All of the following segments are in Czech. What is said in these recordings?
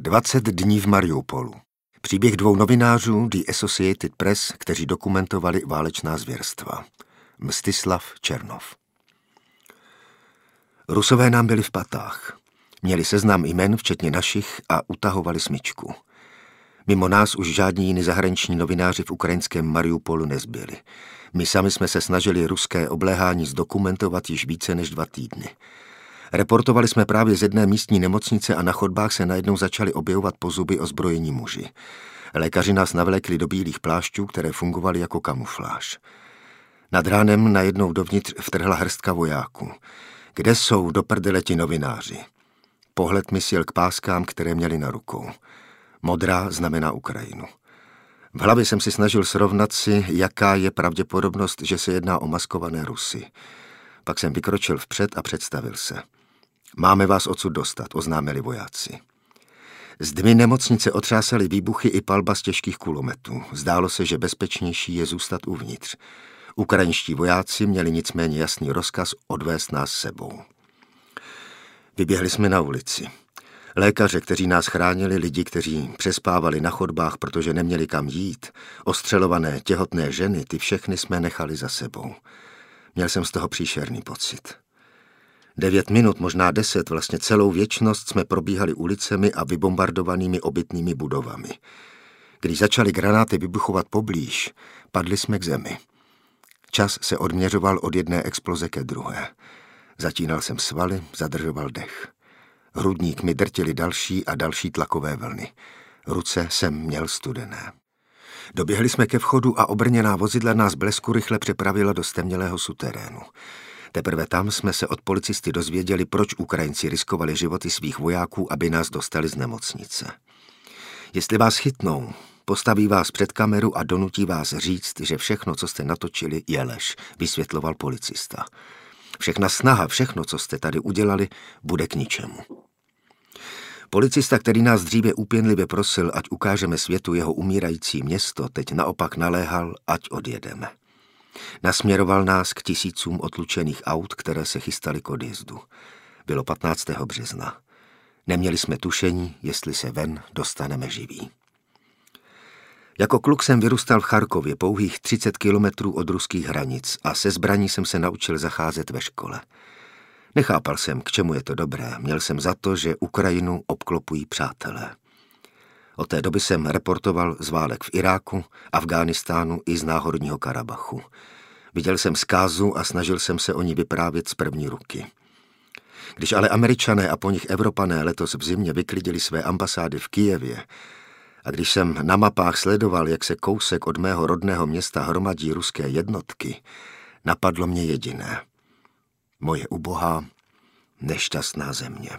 20 dní v Mariupolu. Příběh dvou novinářů The Associated Press, kteří dokumentovali válečná zvěrstva. Mstislav Černov. Rusové nám byli v patách. Měli seznam jmen, včetně našich, a utahovali smyčku. Mimo nás už žádní jiní zahraniční novináři v ukrajinském Mariupolu nezbyli. My sami jsme se snažili ruské obléhání zdokumentovat již více než 2 týdny. Reportovali jsme právě z jedné místní nemocnice a na chodbách se najednou začali objevovat po zuby ozbrojení muži. Lékaři nás navlékli do bílých plášťů, které fungovaly jako kamufláž. Nad ránem najednou dovnitř vtrhla hrstka vojáků. Kde jsou do prdele ti novináři? Pohled mi sjel k páskám, které měli na rukou. Modrá znamená Ukrajinu. V hlavě jsem si snažil srovnat si, jaká je pravděpodobnost, že se jedná o maskované Rusy. Pak jsem vykročil vpřed a představil se. Máme vás odsud dostat, oznámili vojáci. Zdmi nemocnice otřásaly výbuchy i palba z těžkých kulometů. Zdálo se, že bezpečnější je zůstat uvnitř. Ukrajinští vojáci měli nicméně jasný rozkaz odvést nás sebou. Vyběhli jsme na ulici. Lékaře, kteří nás chránili, lidi, kteří přespávali na chodbách, protože neměli kam jít, ostřelované těhotné ženy, ty všechny jsme nechali za sebou. Měl jsem z toho příšerný pocit. 9 minut, možná 10, vlastně celou věčnost jsme probíhali ulicemi a vybombardovanými obytnými budovami. Když začaly granáty vybuchovat poblíž, padli jsme k zemi. Čas se odměřoval od jedné exploze ke druhé. Zatínal jsem svaly, zadržoval dech. Hrudník mi drtily další a další tlakové vlny. Ruce jsem měl studené. Doběhli jsme ke vchodu a obrněná vozidla nás blesku rychle přepravila do stemnělého suterénu. Teprve tam jsme se od policisty dozvěděli, proč Ukrajinci riskovali životy svých vojáků, aby nás dostali z nemocnice. Jestli vás chytnou, postaví vás před kameru a donutí vás říct, že všechno, co jste natočili, je lež, vysvětloval policista. Všechna snaha, všechno, co jste tady udělali, bude k ničemu. Policista, který nás dříve úpěnlivě prosil, ať ukážeme světu jeho umírající město, teď naopak naléhal, ať odjedeme. Nasměroval nás k tisícům otlučených aut, které se chystaly k odjezdu. Bylo 15. března. Neměli jsme tušení, jestli se ven dostaneme živí. Jako kluk jsem vyrůstal v Charkově, pouhých 30 kilometrů od ruských hranic, a se zbraní jsem se naučil zacházet ve škole. Nechápal jsem, k čemu je to dobré. Měl jsem za to, že Ukrajinu obklopují přátelé. Od té doby jsem reportoval z válek v Iráku, Afghánistánu i z Náhorního Karabachu. Viděl jsem zkázu a snažil jsem se o ní vyprávět z první ruky. Když ale Američané a po nich Evropané letos v zimě vyklidili své ambasády v Kyjevě, a když jsem na mapách sledoval, jak se kousek od mého rodného města hromadí ruské jednotky, napadlo mě jediné. Moje ubohá, nešťastná země.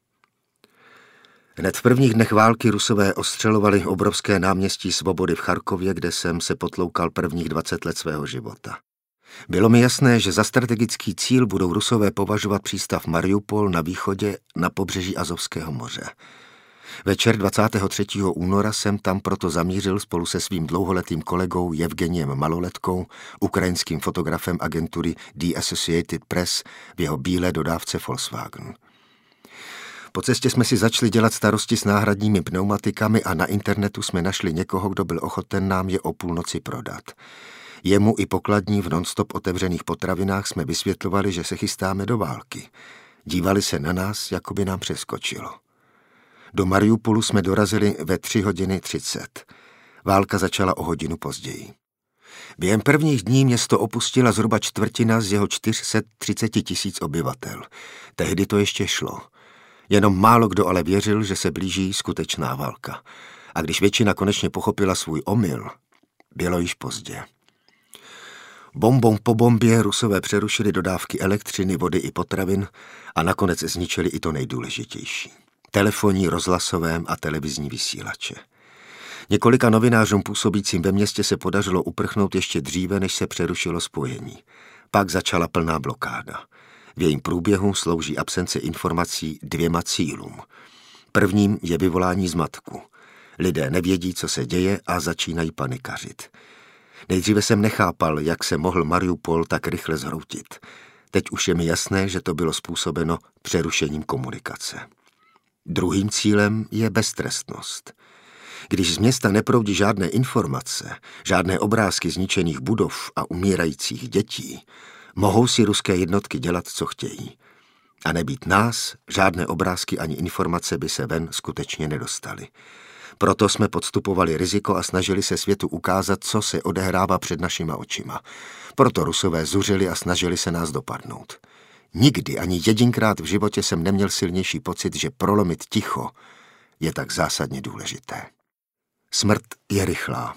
Hned v prvních dnech války Rusové ostřelovali obrovské náměstí Svobody v Charkově, kde jsem se potloukal prvních 20 let svého života. Bylo mi jasné, že za strategický cíl budou Rusové považovat přístav Mariupol na východě na pobřeží Azovského moře. Večer 23. února jsem tam proto zamířil spolu se svým dlouholetým kolegou Jevgeniem Maloletkou, ukrajinským fotografem agentury The Associated Press, v jeho bílé dodávce Volkswagen. Po cestě jsme si začali dělat starosti s náhradními pneumatikami a na internetu jsme našli někoho, kdo byl ochoten nám je o půlnoci prodat. Jemu i pokladní v non-stop otevřených potravinách jsme vysvětlovali, že se chystáme do války. Dívali se na nás, jako by nám přeskočilo. Do Mariupolu jsme dorazili ve 3:30. Válka začala o hodinu později. Během prvních dní město opustila zhruba čtvrtina z jeho 430 000 obyvatel. Tehdy to ještě šlo. Jenom málo kdo ale věřil, že se blíží skutečná válka. A když většina konečně pochopila svůj omyl, bylo již pozdě. Bombou po bombě Rusové přerušili dodávky elektřiny, vody i potravin a nakonec zničili i to nejdůležitější. Telefonní, rozhlasové a televizní vysílače. Několika novinářům působícím ve městě se podařilo uprchnout ještě dříve, než se přerušilo spojení. Pak začala plná blokáda. V jejím průběhu slouží absence informací 2 cílům. Prvním je vyvolání zmatku. Lidé nevědí, co se děje a začínají panikařit. Nejdříve jsem nechápal, jak se mohl Mariupol tak rychle zhroutit. Teď už je mi jasné, že to bylo způsobeno přerušením komunikace. Druhým cílem je beztrestnost. Když z města neproudí žádné informace, žádné obrázky zničených budov a umírajících dětí, mohou si ruské jednotky dělat, co chtějí. A nebýt nás, žádné obrázky ani informace by se ven skutečně nedostaly. Proto jsme podstupovali riziko a snažili se světu ukázat, co se odehrává před našima očima. Proto Rusové zuřili a snažili se nás dopadnout. Nikdy ani jedinkrát v životě jsem neměl silnější pocit, že prolomit ticho je tak zásadně důležité. Smrt je rychlá.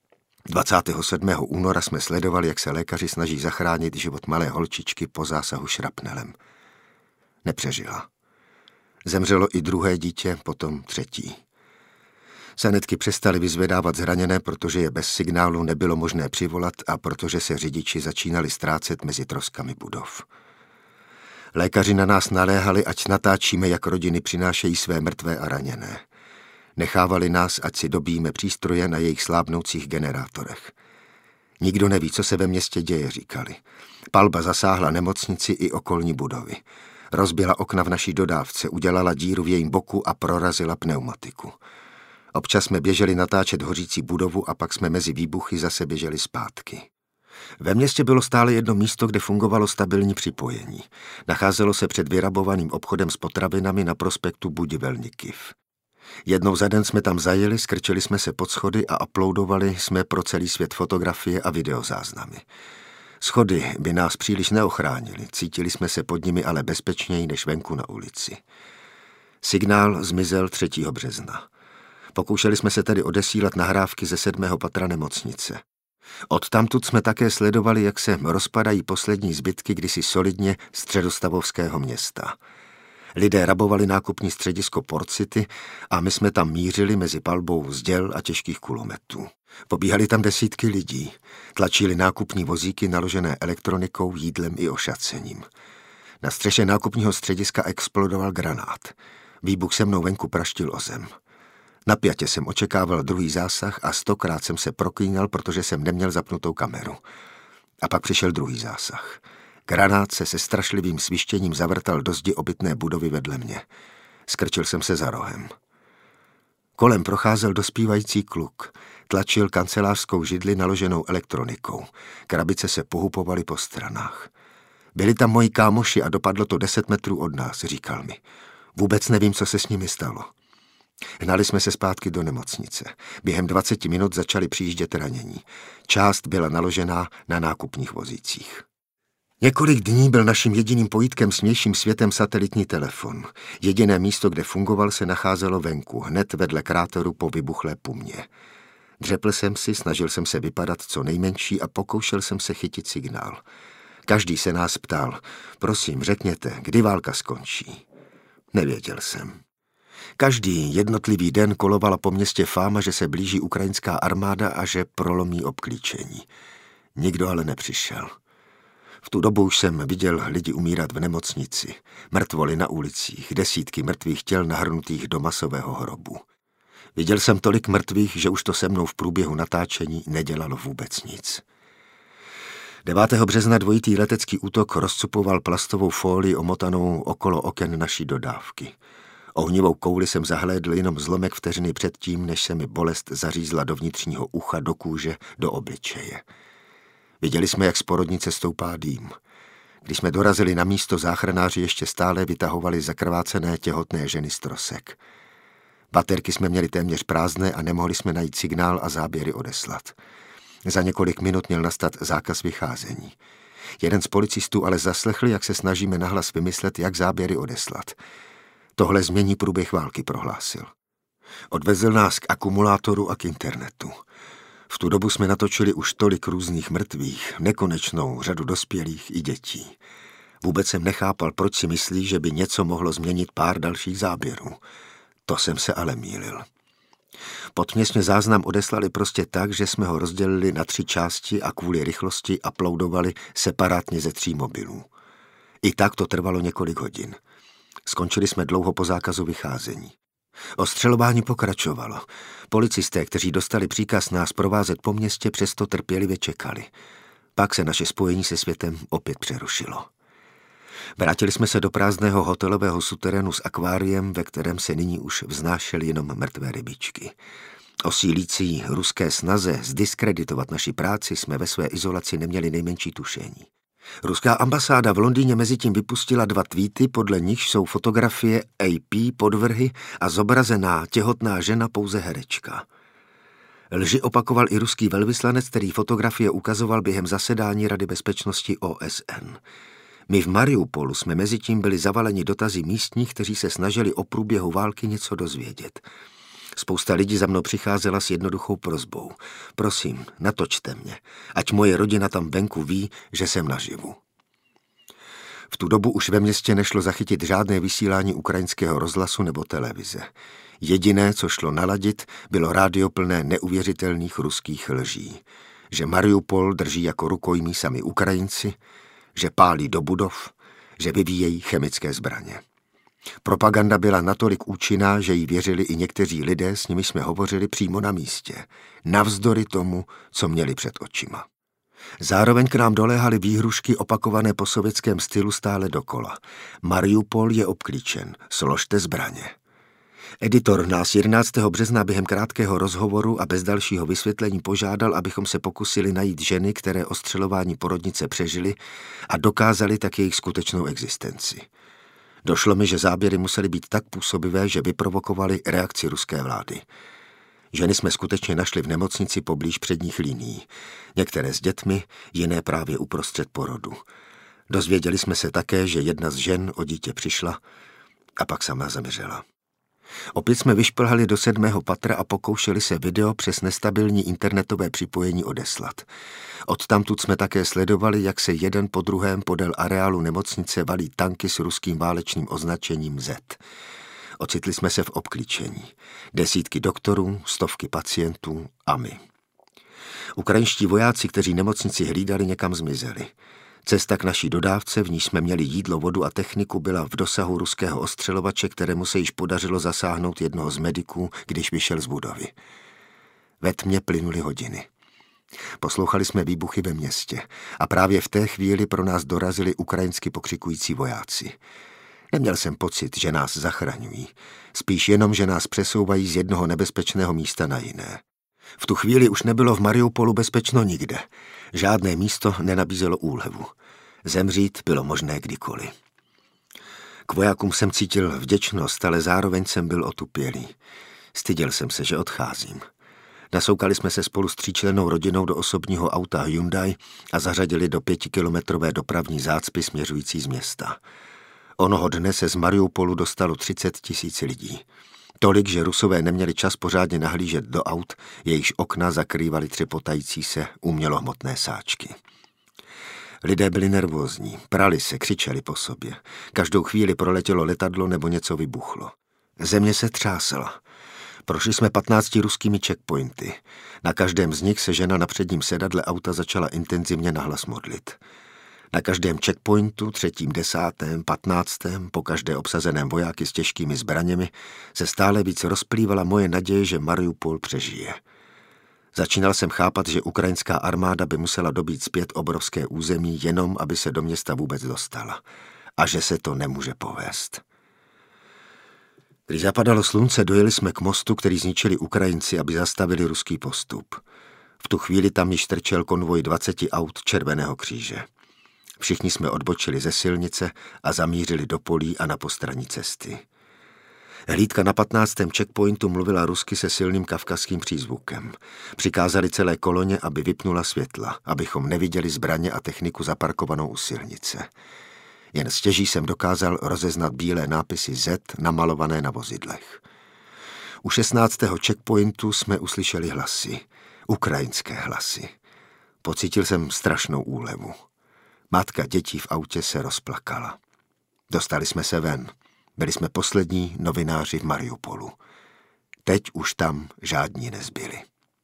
27. února jsme sledovali, jak se lékaři snaží zachránit život malé holčičky po zásahu šrapnelem. Nepřežila. Zemřelo i druhé dítě, potom třetí. Sanitky přestali vyzvedávat zraněné, protože je bez signálu nebylo možné přivolat a protože se řidiči začínali ztrácet mezi troskami budov. Lékaři na nás naléhali, ať natáčíme, jak rodiny přinášejí své mrtvé a raněné. Nechávali nás, ať si dobíjíme přístroje na jejich slábnoucích generátorech. Nikdo neví, co se ve městě děje, říkali. Palba zasáhla nemocnici i okolní budovy. Rozbila okna v naší dodávce, udělala díru v jejím boku a prorazila pneumatiku. Občas jsme běželi natáčet hořící budovu a pak jsme mezi výbuchy zase běželi zpátky. Ve městě bylo stále jedno místo, kde fungovalo stabilní připojení. Nacházelo se před vyrabovaným obchodem s potravinami na prospektu Budivelnikiv. Jednou za den jsme tam zajeli, skrčili jsme se pod schody a uploadovali jsme pro celý svět fotografie a videozáznamy. Schody by nás příliš neochránili, cítili jsme se pod nimi ale bezpečněji než venku na ulici. Signál zmizel 3. března. Pokoušeli jsme se tedy odesílat nahrávky ze 7. patra nemocnice. Odtamtud jsme také sledovali, jak se rozpadají poslední zbytky kdysi solidně středostavovského města. Lidé rabovali nákupní středisko Port City a my jsme tam mířili mezi palbou z děl a těžkých kulometů. Pobíhali tam desítky lidí, tlačili nákupní vozíky naložené elektronikou, jídlem i ošacením. Na střeše nákupního střediska explodoval granát. Výbuch se mnou venku praštil o zem. Napjatě jsem očekával druhý zásah a 100krát jsem se proklínal, protože jsem neměl zapnutou kameru. A pak přišel druhý zásah. Granát se strašlivým svištěním zavrtal do zdi obytné budovy vedle mě. Skrčil jsem se za rohem. Kolem procházel dospívající kluk. Tlačil kancelářskou židli naloženou elektronikou. Krabice se pohupovaly po stranách. Byli tam moji kámoši a dopadlo to 10 metrů od nás, říkal mi. Vůbec nevím, co se s nimi stalo. Hnali jsme se zpátky do nemocnice. Během 20 minut začali přijíždět ranění. Část byla naložená na nákupních vozících. Několik dní byl naším jediným pojítkem s vnějším světem satelitní telefon. Jediné místo, kde fungoval, se nacházelo venku, hned vedle kráteru po vybuchlé pumě. Dřepl jsem si, snažil jsem se vypadat co nejmenší a pokoušel jsem se chytit signál. Každý se nás ptal, prosím, řekněte, kdy válka skončí. Nevěděl jsem. Každý jednotlivý den kolovala po městě fáma, že se blíží ukrajinská armáda a že prolomí obklíčení. Nikdo ale nepřišel. V tu dobu už jsem viděl lidi umírat v nemocnici, mrtvoly na ulicích, desítky mrtvých těl nahrnutých do masového hrobu. Viděl jsem tolik mrtvých, že už to se mnou v průběhu natáčení nedělalo vůbec nic. 9. března dvojitý letecký útok rozcupoval plastovou fólii omotanou okolo oken naší dodávky. Ohnivou kouli jsem zahlédl jenom zlomek vteřiny předtím, než se mi bolest zařízla do vnitřního ucha, do kůže, do obličeje. Viděli jsme, jak z porodnice stoupá dým. Když jsme dorazili na místo, záchranáři ještě stále vytahovali zakrvácené těhotné ženy z trosek. Baterky jsme měli téměř prázdné a nemohli jsme najít signál a záběry odeslat. Za několik minut měl nastat zákaz vycházení. Jeden z policistů ale zaslechl, jak se snažíme nahlas vymyslet, jak záběry odeslat. Tohle změní průběh války, prohlásil. Odvezl nás k akumulátoru a k internetu. V tu dobu jsme natočili už tolik různých mrtvých, nekonečnou řadu dospělých i dětí. Vůbec jsem nechápal, proč si myslí, že by něco mohlo změnit pár dalších záběrů. To jsem se ale mýlil. Pod jsme záznam odeslali prostě tak, že jsme ho rozdělili na 3 části a kvůli rychlosti uploadovali separátně ze 3 mobilů. I tak to trvalo několik hodin. Skončili jsme dlouho po zákazu vycházení. Ostřelování pokračovalo. Policisté, kteří dostali příkaz nás provázet po městě, přesto trpělivě čekali. Pak se naše spojení se světem opět přerušilo. Vrátili jsme se do prázdného hotelového suterénu s akváriem, ve kterém se nyní už vznášely jenom mrtvé rybičky. O sílící ruské snaze zdiskreditovat naši práci jsme ve své izolaci neměli nejmenší tušení. Ruská ambasáda v Londýně mezitím vypustila 2 tweety, podle nich jsou fotografie AP podvrhy a zobrazená těhotná žena pouze herečka. Lži opakoval i ruský velvyslanec, který fotografie ukazoval během zasedání Rady bezpečnosti OSN. My v Mariupolu jsme mezitím byli zavaleni dotazy místních, kteří se snažili o průběhu války něco dozvědět. Spousta lidí za mnou přicházela s jednoduchou prosbou. Prosím, natočte mě, ať moje rodina tam venku ví, že jsem naživu. V tu dobu už ve městě nešlo zachytit žádné vysílání ukrajinského rozhlasu nebo televize. Jediné, co šlo naladit, bylo rádio plné neuvěřitelných ruských lží. Že Mariupol drží jako rukojmí sami Ukrajinci, že pálí do budov, že vyvíjejí chemické zbraně. Propaganda byla natolik účinná, že jí věřili i někteří lidé, s nimi jsme hovořili přímo na místě, navzdory tomu, co měli před očima. Zároveň k nám doléhaly výhrušky opakované po sovětském stylu stále dokola. Mariupol je obklíčen, složte zbraně. Editor nás 11. března během krátkého rozhovoru a bez dalšího vysvětlení požádal, abychom se pokusili najít ženy, které ostřelování porodnice přežily a dokázali tak jejich skutečnou existenci. Došlo mi, že záběry musely být tak působivé, že vyprovokovaly reakci ruské vlády. Ženy jsme skutečně našli v nemocnici poblíž předních linií. Některé s dětmi, jiné právě uprostřed porodu. Dozvěděli jsme se také, že jedna z žen o dítě přišla a pak sama zemřela. Opět jsme vyšplhali do 7. patra a pokoušeli se video přes nestabilní internetové připojení odeslat. Odtamtud jsme také sledovali, jak se jeden po druhém podél areálu nemocnice valí tanky s ruským válečným označením Z. Ocitli jsme se v obklíčení. Desítky doktorů, stovky pacientů a my. Ukrajinští vojáci, kteří nemocnici hlídali, někam zmizeli. Cesta k naší dodávce, v níž jsme měli jídlo, vodu a techniku, byla v dosahu ruského ostřelovače, kterému se již podařilo zasáhnout jednoho z mediků, když vyšel z budovy. Ve tmě plynuly hodiny. Poslouchali jsme výbuchy ve městě a právě v té chvíli pro nás dorazili ukrajinsky pokřikující vojáci. Neměl jsem pocit, že nás zachraňují, spíš jenom, že nás přesouvají z jednoho nebezpečného místa na jiné. V tu chvíli už nebylo v Mariupolu bezpečno nikde. Žádné místo nenabízelo úlevu. Zemřít bylo možné kdykoliv. K vojákům jsem cítil vděčnost, ale zároveň jsem byl otupělý. Styděl jsem se, že odcházím. Nasoukali jsme se spolu s 3člennou rodinou do osobního auta Hyundai a zařadili do 5kilometrové dopravní zácpy směřující z města. Onoho dne se z Mariupolu dostalo 30 000 lidí. Tolik, že Rusové neměli čas pořádně nahlížet do aut, jejichž okna zakrývaly třepotající se umělohmotné sáčky. Lidé byli nervózní, prali se, křičeli po sobě. Každou chvíli proletělo letadlo nebo něco vybuchlo. Země se třásla. Prošli jsme 15 ruskými checkpointy. Na každém z nich se žena na předním sedadle auta začala intenzivně nahlas modlit. Na každém checkpointu, 3., 10., 15., po každé obsazeném vojáky s těžkými zbraněmi, se stále víc rozplývala moje naděje, že Mariupol přežije. Začínal jsem chápat, že ukrajinská armáda by musela dobít zpět obrovské území, jenom aby se do města vůbec dostala. A že se to nemůže povést. Když zapadalo slunce, dojeli jsme k mostu, který zničili Ukrajinci, aby zastavili ruský postup. V tu chvíli tam již trčel konvoj 20 aut Červeného kříže. Všichni jsme odbočili ze silnice a zamířili do polí a na postranní cesty. Hlídka na 15. checkpointu mluvila rusky se silným kavkazským přízvukem. Přikázali celé koloně, aby vypnula světla, abychom neviděli zbraně a techniku zaparkovanou u silnice. Jen stěží jsem dokázal rozeznat bílé nápisy Z namalované na vozidlech. U 16. checkpointu jsme uslyšeli hlasy. Ukrajinské hlasy. Pocítil jsem strašnou úlevu. Matka dětí v autě se rozplakala. Dostali jsme se ven. Byli jsme poslední novináři v Mariupolu. Teď už tam žádní nezbyli.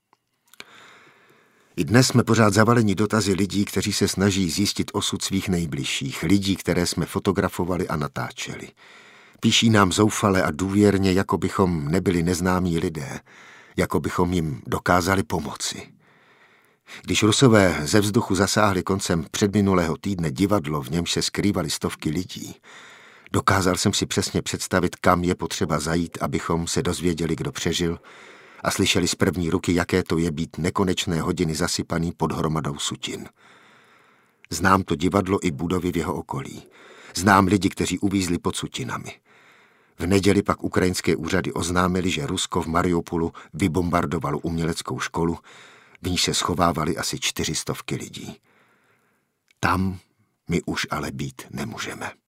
I dnes jsme pořád zavaleni dotazy lidí, kteří se snaží zjistit osud svých nejbližších, lidí, které jsme fotografovali a natáčeli. Píší nám zoufale a důvěrně, jako bychom nebyli neznámí lidé, jako bychom jim dokázali pomoci. Když Rusové ze vzduchu zasáhli koncem předminulého týdne divadlo, v němž se skrývaly stovky lidí, dokázal jsem si přesně představit, kam je potřeba zajít, abychom se dozvěděli, kdo přežil, a slyšeli z první ruky, jaké to je být nekonečné hodiny zasypaný pod hromadou sutin. Znám to divadlo i budovy v jeho okolí. Znám lidi, kteří uvízli pod sutinami. V neděli pak ukrajinské úřady oznámili, že Rusko v Mariupolu vybombardovalo uměleckou školu, v níž se schovávali asi 400 lidí. Tam my už ale být nemůžeme.